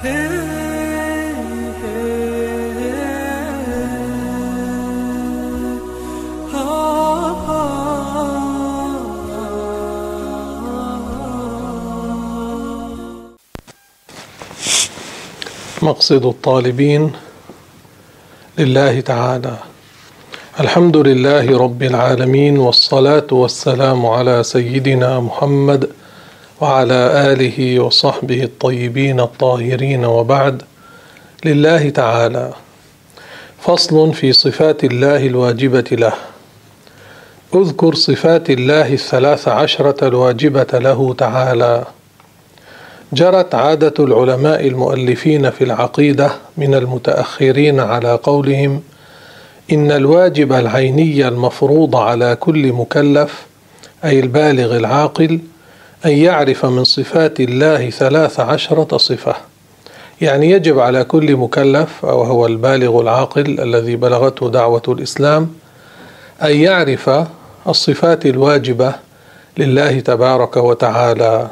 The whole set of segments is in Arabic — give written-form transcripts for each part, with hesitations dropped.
مقصد الطالبين لله تعالى. الحمد لله رب العالمين، والصلاة والسلام على سيدنا محمد وعلى آله وصحبه الطيبين الطاهرين، وبعد. لله تعالى. فصل في صفات الله الواجبة له. اذكر صفات الله 13 الواجبة له تعالى. جرت عادة العلماء المؤلفين في العقيدة من المتأخرين على قولهم إن الواجب العيني المفروض على كل مكلف، أي البالغ العاقل، أن يعرف من صفات الله 13 صفة. يعني يجب على كل مكلف، أو هو البالغ العاقل الذي بلغته دعوة الإسلام، أن يعرف الصفات الواجبة لله تبارك وتعالى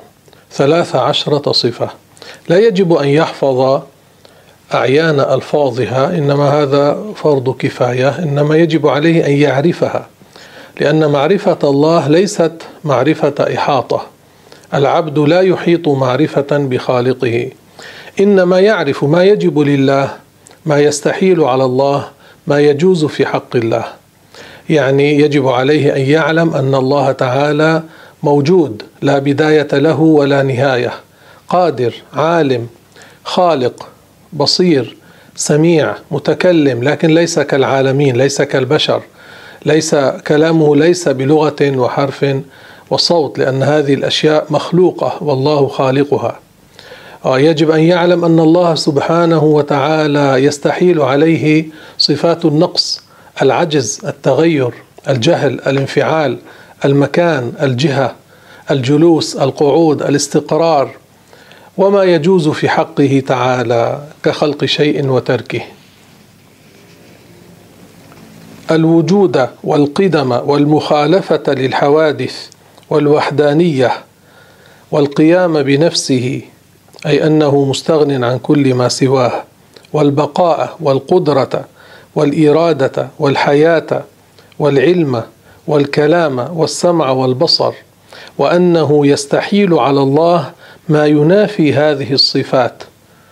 13 صفة. لا يجب أن يحفظ أعيان ألفاظها، إنما هذا فرض كفاية، إنما يجب عليه أن يعرفها، لأن معرفة الله ليست معرفة إحاطة. العبد لا يحيط معرفة بخالقه، إنما يعرف ما يجب لله، ما يستحيل على الله، ما يجوز في حق الله. يعني يجب عليه أن يعلم أن الله تعالى موجود، لا بداية له ولا نهاية، قادر، عالم، خالق، بصير، سميع، متكلم، لكن ليس كالعالمين، ليس كالبشر، ليس كلامه ليس بلغة وحرف وصوت، لأن هذه الأشياء مخلوقة والله خالقها. يجب أن يعلم أن الله سبحانه وتعالى يستحيل عليه صفات النقص، العجز، التغير، الجهل، الانفعال، المكان، الجهة، الجلوس، القعود، الاستقرار، وما يجوز في حقه تعالى كخلق شيء وتركه. الوجود والقدم والمخالفة للحوادث والوحدانية والقيام بنفسه، أي أنه مستغن عن كل ما سواه، والبقاء والقدرة والإرادة والحياة والعلم والكلام والسمع والبصر، وأنه يستحيل على الله ما ينافي هذه الصفات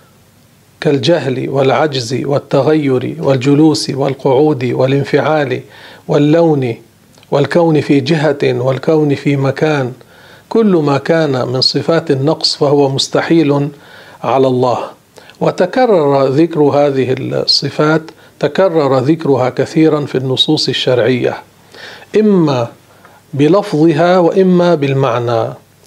كالجهل والعجز والتغير والجلوس والقعود والانفعال واللون والكون في جهة والكون في مكان. كل ما كان من صفات النقص فهو مستحيل على الله. وتكرر ذكر هذه الصفات، تكرر ذكرها كثيرا في النصوص الشرعية، إما بلفظها وإما بالمعنى.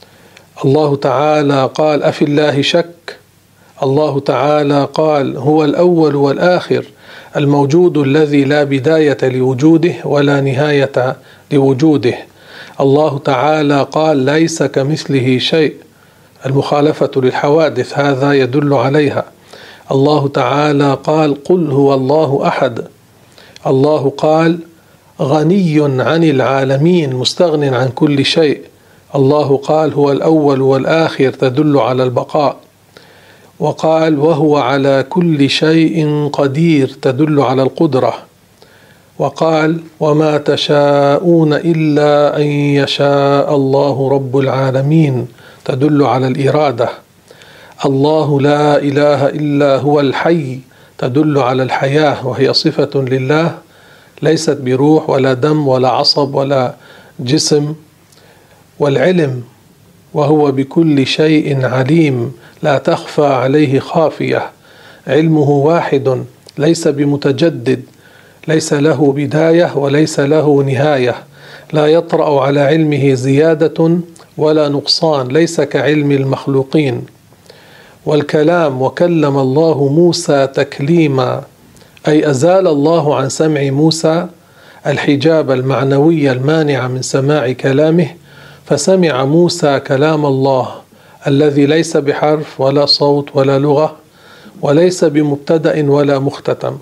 الله تعالى قال: أفي الله شك؟ الله تعالى قال: هو الأول والآخر، الموجود الذي لا بداية لوجوده ولا نهاية لوجوده. الله تعالى قال: ليس كمثله شيء، المخالفة للحوادث هذا يدل عليها. الله تعالى قال: قل هو الله أحد. الله قال: غني عن العالمين، مستغن عن كل شيء. الله قال: هو الأول والآخر، تدل على البقاء. وقال: وهو على كل شيء قدير، تدل على القدرة. وقال: وما تشاءون إلا أن يشاء الله رب العالمين، تدل على الإرادة. الله لا إله إلا هو الحي، تدل على الحياة، وهي صفة لله ليست بروح ولا دم ولا عصب ولا جسم. والعلم، وهو بكل شيء عليم، لا تخفى عليه خافية، علمه واحد ليس بمتجدد، ليس له بداية وليس له نهاية، لا يطرأ على علمه زيادة ولا نقصان، ليس كعلم المخلوقين. والكلام، وكلم الله موسى تكليما، أي أزال الله عن سمع موسى الحجاب المعنوي المانع من سماع كلامه، فسمع موسى كلام الله الذي ليس بحرف ولا صوت ولا لغة، وليس بمبتدأ ولا مختتم.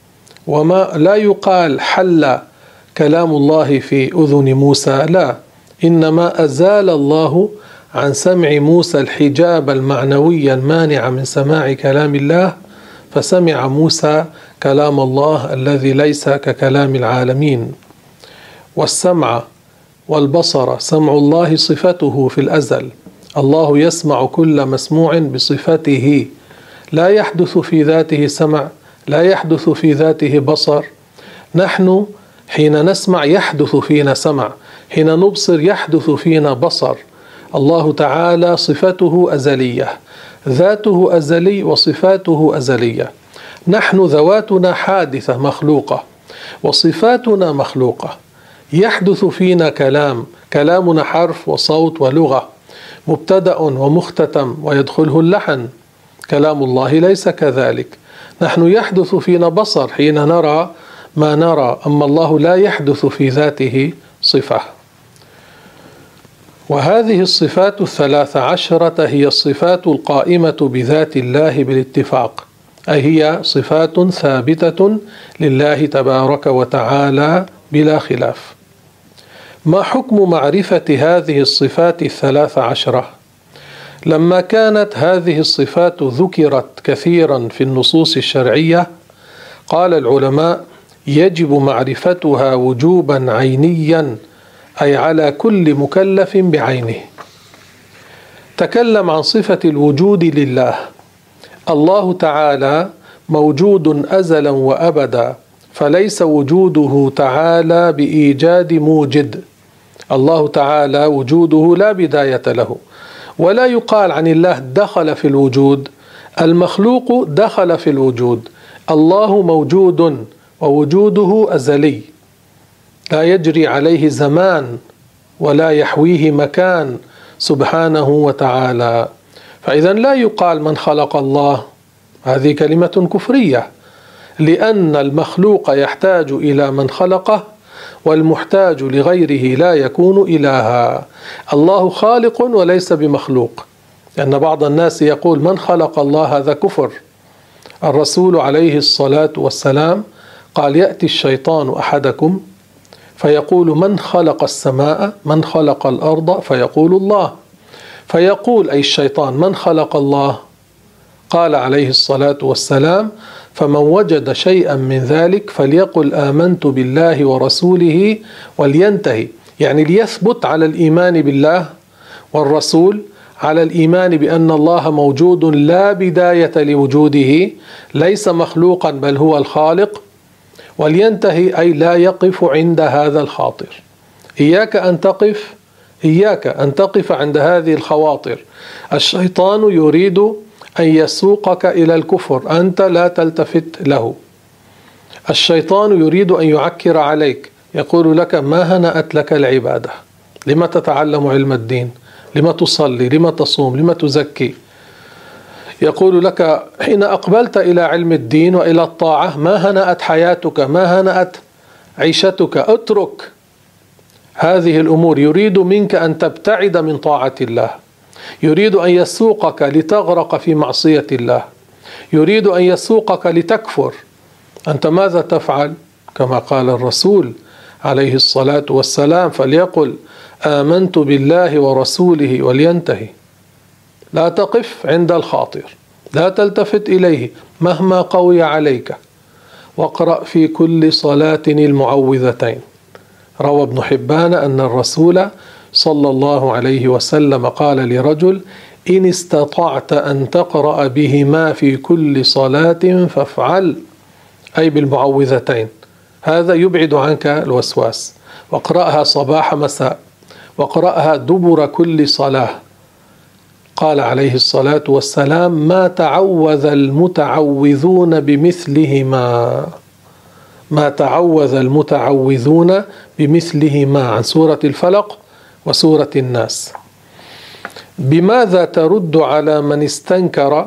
وما لا يقال حل كلام الله في أذن موسى، لا، إنما أزال الله عن سمع موسى الحجاب المعنوي المانع من سماع كلام الله، فسمع موسى كلام الله الذي ليس ككلام العالمين. والسمع والبصر سمع الله صفته في الأزل، الله يسمع كل مسموع بصفته، لا يحدث في ذاته سمع، لا يحدث في ذاته بصر. نحن حين نسمع يحدث فينا سمع، حين نبصر يحدث فينا بصر. الله تعالى صفته أزلية، ذاته أزلي وصفاته أزلية. نحن ذواتنا حادثة مخلوقة وصفاتنا مخلوقة. يحدث فينا كلامنا حرف وصوت ولغة، مبتدأ ومختتم ويدخله اللحن. كلام الله ليس كذلك. نحن يحدث فينا بصر حين نرى ما نرى، أما الله لا يحدث في ذاته صفة. وهذه الصفات 13 هي الصفات القائمة بذات الله بالاتفاق، أي هي صفات ثابتة لله تبارك وتعالى بلا خلاف. ما حكم معرفة هذه الصفات 13؟ لما كانت هذه الصفات ذكرت كثيرا في النصوص الشرعية، قال العلماء: يجب معرفتها وجوبا عينيا، أي على كل مكلف بعينه. تكلم عن صفة الوجود لله. الله تعالى موجود أزلا وأبدا، فليس وجوده تعالى بإيجاد موجد. الله تعالى وجوده لا بداية له، ولا يقال عن الله دخل في الوجود. المخلوق دخل في الوجود، الله موجود ووجوده أزلي، لا يجري عليه زمان ولا يحويه مكان سبحانه وتعالى. فإذا لا يقال من خلق الله، هذه كلمة كفرية، لأن المخلوق يحتاج إلى من خلقه، والمحتاج لغيره لا يكون إلها. الله خالق وليس بمخلوق، لأن بعض الناس يقول من خلق الله، هذا كفر. الرسول عليه الصلاة والسلام قال: يأتي الشيطان أحدكم فيقول: من خلق السماء، من خلق الأرض، فيقول: الله. فيقول أي الشيطان: من خلق الله؟ قال عليه الصلاة والسلام: فمن وجد شيئا من ذلك فليقل آمنت بالله ورسوله ولينتهي، يعني ليثبت على الإيمان بالله والرسول، على الإيمان بأن الله موجود لا بداية لوجوده، ليس مخلوقا بل هو الخالق، ولينتهي أي لا يقف عند هذا الخاطر. إياك أن تقف عند هذه الخواطر. الشيطان يريد أن يسوقك إلى الكفر، أنت لا تلتفت له. الشيطان يريد أن يعكر عليك، يقول لك: ما هنأت لك العبادة، لما تتعلم علم الدين، لما تصلي، لما تصوم، لما تزكي. يقول لك حين أقبلت إلى علم الدين وإلى الطاعة ما هنأت حياتك، ما هنأت عيشتك، اترك هذه الأمور. يريد منك أن تبتعد من طاعة الله، يريد أن يسوقك لتغرق في معصية الله، يريد أن يسوقك لتكفر. أنت ماذا تفعل؟ كما قال الرسول عليه الصلاة والسلام: فليقل آمنت بالله ورسوله ولينتهي. لا تقف عند الخاطر، لا تلتفت إليه مهما قوي عليك، واقرأ في كل صلاة المعوذتين. روى ابن حبان أن الرسول صلى الله عليه وسلم قال لرجل: إن استطعت أن تقرأ بهما في كل صلاة فافعل، أي بالمعوذتين، هذا يبعد عنك الوسواس. واقرأها صباح مساء، واقرأها دبر كل صلاة. قال عليه الصلاة والسلام: ما تعوذ المتعوذون بمثلهما، ما تعوذ المتعوذون بمثلهما، عن سورة الفلق وسورة الناس. بماذا ترد على من استنكر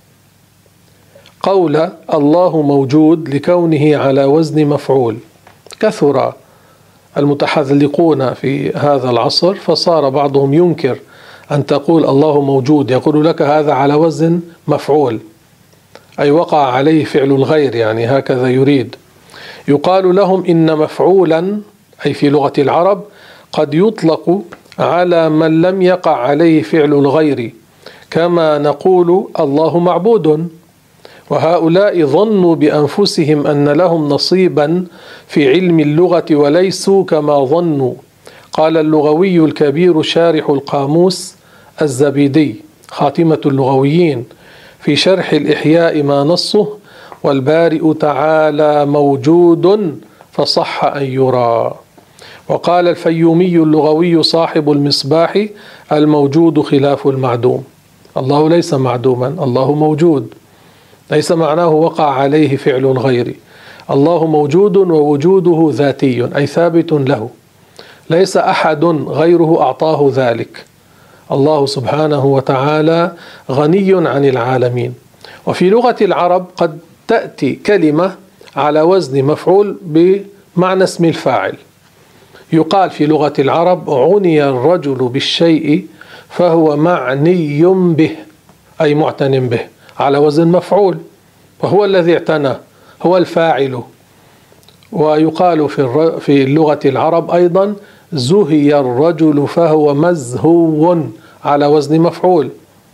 قول الله موجود لكونه على وزن مفعول؟ كثر المتحذلقون في هذا العصر، فصار بعضهم ينكر أن تقول الله موجود، يقول لك هذا على وزن مفعول، أي وقع عليه فعل الغير، يعني هكذا يريد. يقال لهم إن مفعولا، أي في لغة العرب، قد يطلق على من لم يقع عليه فعل الغير، كما نقول الله معبود، وهؤلاء ظنوا بأنفسهم أن لهم نصيبا في علم اللغة وليسوا كما ظنوا. قال اللغوي الكبير شارح القاموس الزبيدي خاتمة اللغويين في شرح الإحياء ما نصه: والبارئ تعالى موجود فصح أن يرى. وقال الفيومي اللغوي صاحب المصباح: الموجود خلاف المعدوم. الله ليس معدوما، الله موجود، ليس معناه وقع عليه فعل الغير. الله موجود ووجوده ذاتي أي ثابت له، ليس أحد غيره أعطاه ذلك. الله سبحانه وتعالى غني عن العالمين. وفي لغة العرب قد تأتي كلمة على وزن مفعول بمعنى اسم الفاعل. يقال في لغة العرب: عني الرجل بالشيء فهو معني به، أي معتن به، على وزن مفعول، وهو الذي اعتنى، هو الفاعل. ويقال في لغة العرب أيضا: زهي الرجل فهو مزهو، على وزن مفعول،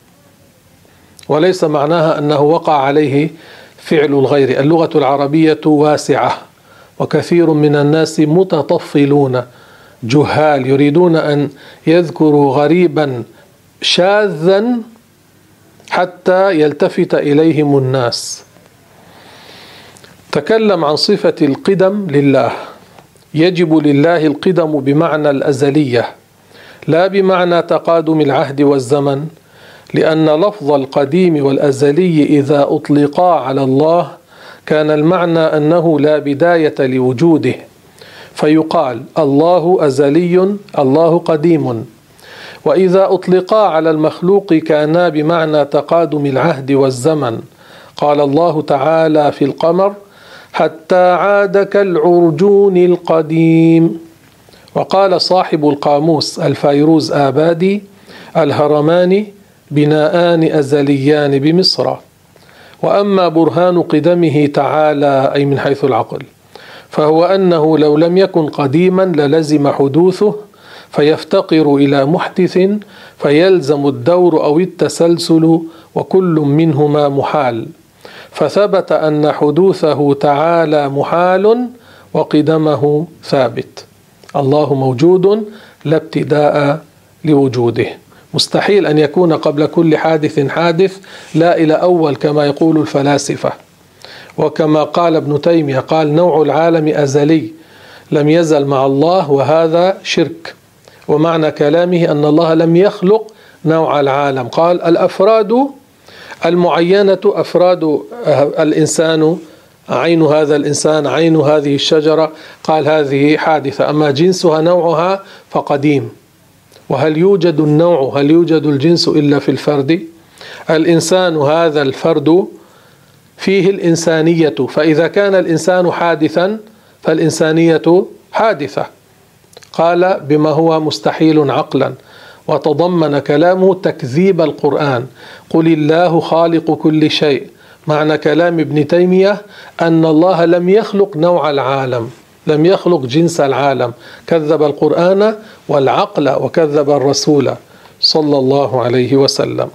وليس معناها أنه وقع عليه فعل الغير. اللغة العربية واسعة، وكثير من الناس متطفلون جهال يريدون أن يذكروا غريبا شاذا حتى يلتفت إليهم الناس. تكلم عن صفة القدم لله. يجب لله القدم بمعنى الأزلية، لا بمعنى تقادم العهد والزمن، لأن لفظ القديم والأزلي إذا أطلقا على الله كان المعنى أنه لا بداية لوجوده، فيقال الله أزلي، الله قديم. وإذا أطلقا على المخلوق كانا بمعنى تقادم العهد والزمن. قال الله تعالى في القمر: حتى عاد كالعرجون القديم. وقال صاحب القاموس الفيروز آبادي: الهرمان بناءان أزليان بمصر. وأما برهان قدمه تعالى أي من حيث العقل فهو أنه لو لم يكن قديما للزم حدوثه، فيفتقر إلى محدث فيلزم الدور أو التسلسل، وكل منهما محال، فثبت أن حدوثه تعالى محال وقدمه ثابت. الله موجود لا ابتداء لوجوده، مستحيل أن يكون قبل كل حادث حادث لا إلى أول كما يقول الفلاسفة. وكما قال ابن تيمية قال: نوع العالم أزلي لم يزل مع الله، وهذا شرك. ومعنى كلامه أن الله لم يخلق نوع العالم. قال: الأفراد المعينة أفراد الإنسان، عين هذا الإنسان، عين هذه الشجرة، قال هذه حادثة، أما جنسها نوعها فقديم. وهل يوجد النوع، هل يوجد الجنس إلا في الفرد؟ الإنسان هذا الفرد فيه الإنسانية، فإذا كان الإنسان حادثا فالإنسانية حادثة. قال بما هو مستحيل عقلا، وتضمن كلامه تكذيب القرآن: قل الله خالق كل شيء. معنى كلام ابن تيمية أن الله لم يخلق نوع العالم، لم يخلق جنس العالم، كذب القرآن والعقل وكذب الرسول صلى الله عليه وسلم.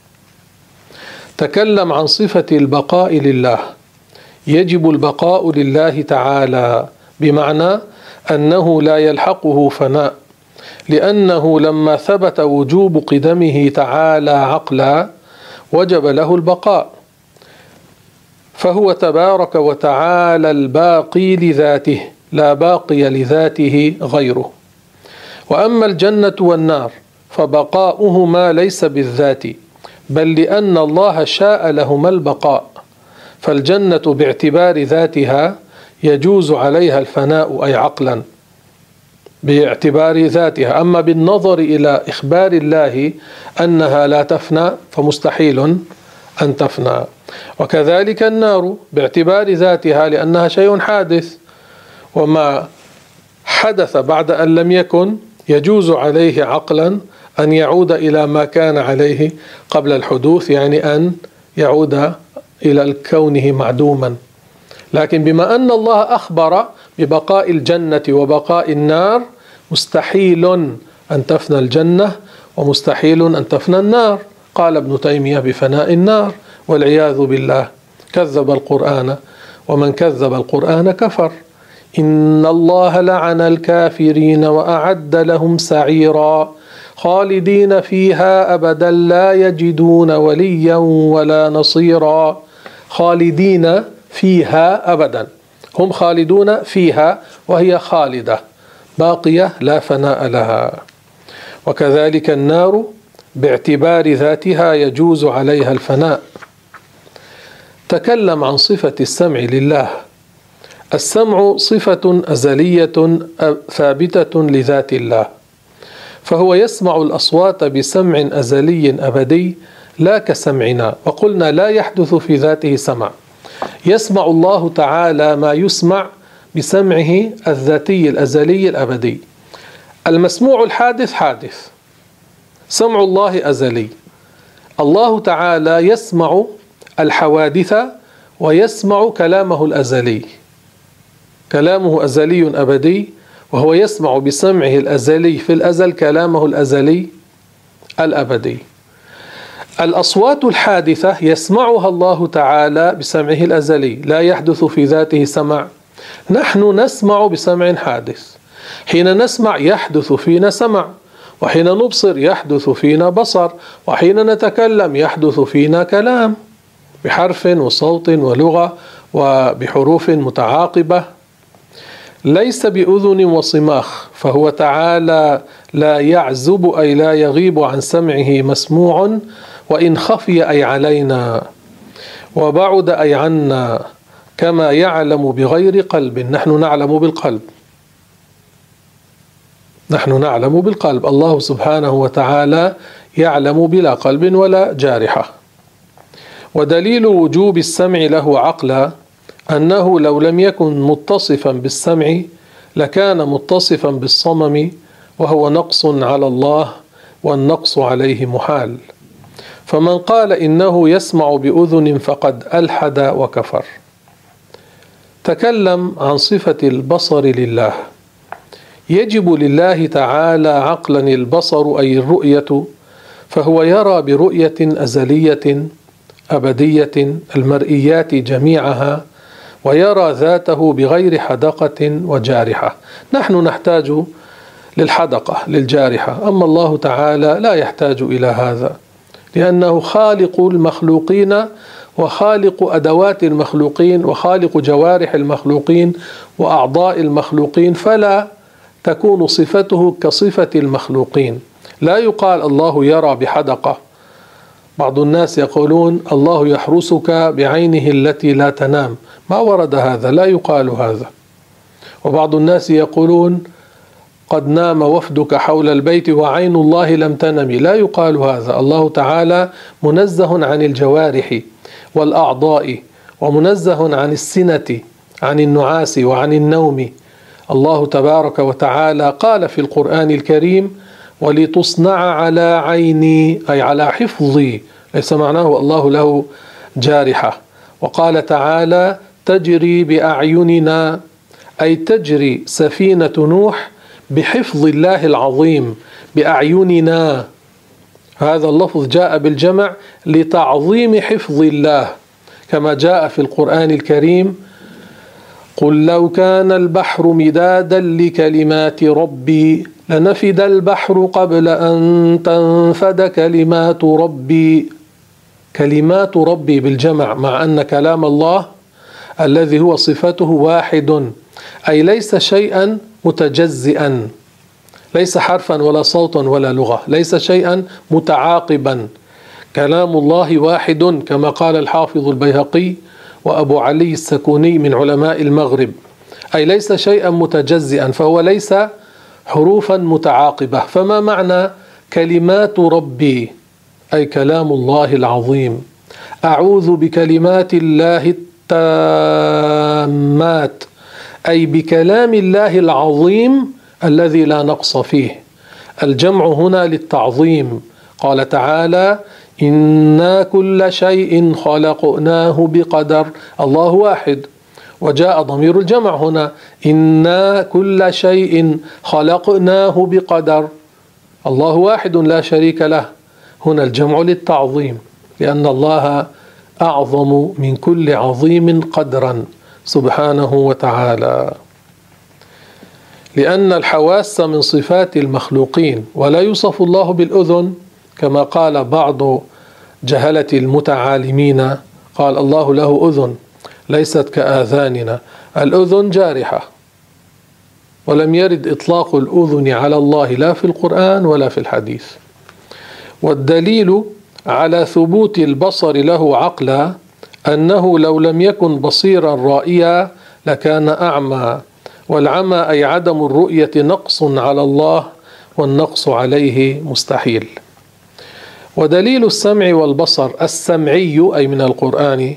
تكلم عن صفة البقاء لله. يجب البقاء لله تعالى بمعنى أنه لا يلحقه فناء، لأنه لما ثبت وجوب قدمه تعالى عقلا وجب له البقاء، فهو تبارك وتعالى الباقي لذاته، لا باقي لذاته غيره. وأما الجنة والنار فبقاؤهما ليس بالذات، بل لأن الله شاء لهما البقاء، فالجنة باعتبار ذاتها يجوز عليها الفناء أي عقلا باعتبار ذاتها، أما بالنظر إلى إخبار الله أنها لا تفنى فمستحيل أن تفنى. وكذلك النار باعتبار ذاتها لأنها شيء حادث، وما حدث بعد أن لم يكن يجوز عليه عقلا أن يعود إلى ما كان عليه قبل الحدوث، يعني أن يعود إلى كونه معدوما. لكن بما أن الله أخبر ببقاء الجنة وبقاء النار مستحيل أن تفنى الجنة ومستحيل أن تفنى النار. قال ابن تيمية بفناء النار والعياذ بالله. كذب القرآن ومن كذب القرآن كفر. إن الله لعن الكافرين وأعد لهم سعيرا خالدين فيها أبدا لا يجدون وليا ولا نصيرا. خالدين فيها أبدا، هم خالدون فيها وهي خالدة باقية لا فناء لها. وكذلك النار باعتبار ذاتها يجوز عليها الفناء. تكلم عن صفة السمع لله. السمع صفة أزلية ثابتة لذات الله، فهو يسمع الأصوات بسمع أزلي أبدي لا كسمعنا. وقلنا لا يحدث في ذاته سمع، يسمع الله تعالى ما يسمع بسمعه الذاتي الأزلي الأبدي. المسموع الحادث حادث، سمع الله أزلي. الله تعالى يسمع الحوادث ويسمع كلامه الأزلي، كلامه أزلي أبدي، وهو يسمع بسمعه الأزلي في الأزل كلامه الأزلي الأبدي. الأصوات الحادثة يسمعها الله تعالى بسمعه الأزلي، لا يحدث في ذاته سمع. نحن نسمع بسمع حادث، حين نسمع يحدث فينا سمع، وحين نبصر يحدث فينا بصر، وحين نتكلم يحدث فينا كلام بحرف وصوت ولغة وبحروف متعاقبة. ليس بأذن وصماخ، فهو تعالى لا يعزب أي لا يغيب عن سمعه مسموع، وإن خفي أي علينا وبعد أي عنا، كما يعلم بغير قلب. نحن نعلم بالقلب، نحن نعلم بالقلب، الله سبحانه وتعالى يعلم بلا قلب ولا جارحة. ودليل وجوب السمع له عقلا أنه لو لم يكن متصفا بالسمع لكان متصفا بالصمم، وهو نقص على الله، والنقص عليه محال. فمن قال إنه يسمع بأذن فقد ألحد وكفر. تكلم عن صفة البصر لله. يجب لله تعالى عقلا البصر أي الرؤية، فهو يرى برؤية أزلية أبدية المرئيات جميعها، ويرى ذاته بغير حدقة وجارحة. نحن نحتاج للحدقة للجارحة، أما الله تعالى لا يحتاج إلى هذا، لأنه خالق المخلوقين وخالق أدوات المخلوقين وخالق جوارح المخلوقين وأعضاء المخلوقين، فلا تكون صفته كصفة المخلوقين. لا يقال الله يرى بحدقة. بعض الناس يقولون الله يحرسك بعينه التي لا تنام، ما ورد هذا، لا يقال هذا. وبعض الناس يقولون قد نام وفدك حول البيت وعين الله لم تنم، لا يقال هذا. الله تعالى منزه عن الجوارح والأعضاء، ومنزه عن السنة، عن النعاس وعن النوم. الله تبارك وتعالى قال في القرآن الكريم ولتصنع على عيني، أي على حفظي، ليس معناه الله له جارحة. وقال تعالى تجري بأعيننا، أي تجري سفينة نوح بحفظ الله العظيم بأعيننا. هذا اللفظ جاء بالجمع لتعظيم حفظ الله، كما جاء في القرآن الكريم قل لو كان البحر مدادا لكلمات ربي لنفد البحر قبل أن تنفد كلمات ربي. كلمات ربي بالجمع، مع أن كلام الله الذي هو صفته واحد، أي ليس شيئا متجزئا، ليس حرفا ولا صوتا ولا لغة، ليس شيئا متعاقبا. كلام الله واحد، كما قال الحافظ البيهقي وأبو علي السكوني من علماء المغرب، أي ليس شيئا متجزئا، فهو ليس حروفا متعاقبة. فما معنى كلمات ربي؟ أي كلام الله العظيم. أعوذ بكلمات الله التامات، أي بكلام الله العظيم الذي لا نقص فيه. الجمع هنا للتعظيم. قال تعالى إنا كل شيء خلقناه بقدر، الله واحد، وجاء ضمير الجمع هنا إنا كل شيء خلقناه بقدر، الله واحد لا شريك له، هنا الجمع للتعظيم، لأن الله أعظم من كل عظيم قدرا سبحانه وتعالى. لأن الحواس من صفات المخلوقين، ولا يوصف الله بالأذن كما قال بعض جهلة المتعالمين، قال الله له أذن ليست كآذاننا. الأذن جارحة، ولم يرد إطلاق الأذن على الله لا في القرآن ولا في الحديث. والدليل على ثبوت البصر له عقلا أنه لو لم يكن بصيرا رائيا لكان أعمى، والعمى أي عدم الرؤية نقص على الله، والنقص عليه مستحيل. ودليل السمع والبصر السمعي أي من القرآن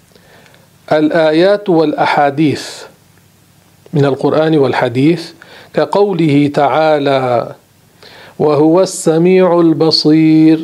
الآيات والأحاديث من القرآن والحديث، كقوله تعالى وهو السميع البصير،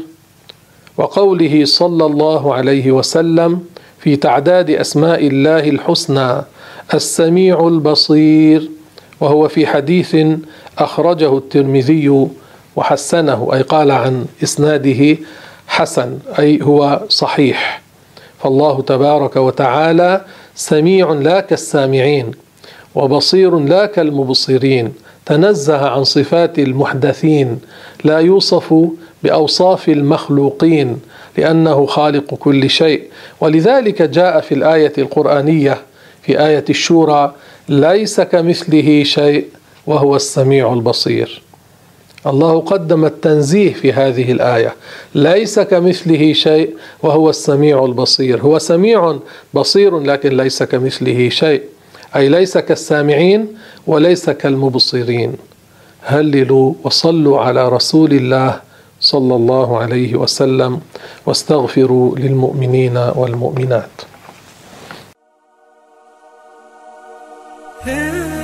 وقوله صلى الله عليه وسلم في تعداد أسماء الله الحسنى السميع البصير، وهو في حديث أخرجه الترمذي وحسنه، أي قال عن إسناده حسن، أي هو صحيح. فالله تبارك وتعالى سميع لا كالسامعين، وبصير لا كالمبصرين، تنزه عن صفات المحدثين، لا يوصف بأوصاف المخلوقين لأنه خالق كل شيء. ولذلك جاء في الآية القرآنية في آية الشورى ليس كمثله شيء وهو السميع البصير. الله قدم التنزيه في هذه الآية، ليس كمثله شيء وهو السميع البصير. هو سميع بصير لكن ليس كمثله شيء، أي ليس كالسامعين وليس كالمبصرين. هللوا وصلوا على رسول الله صلى الله عليه وسلم، واستغفروا للمؤمنين والمؤمنات.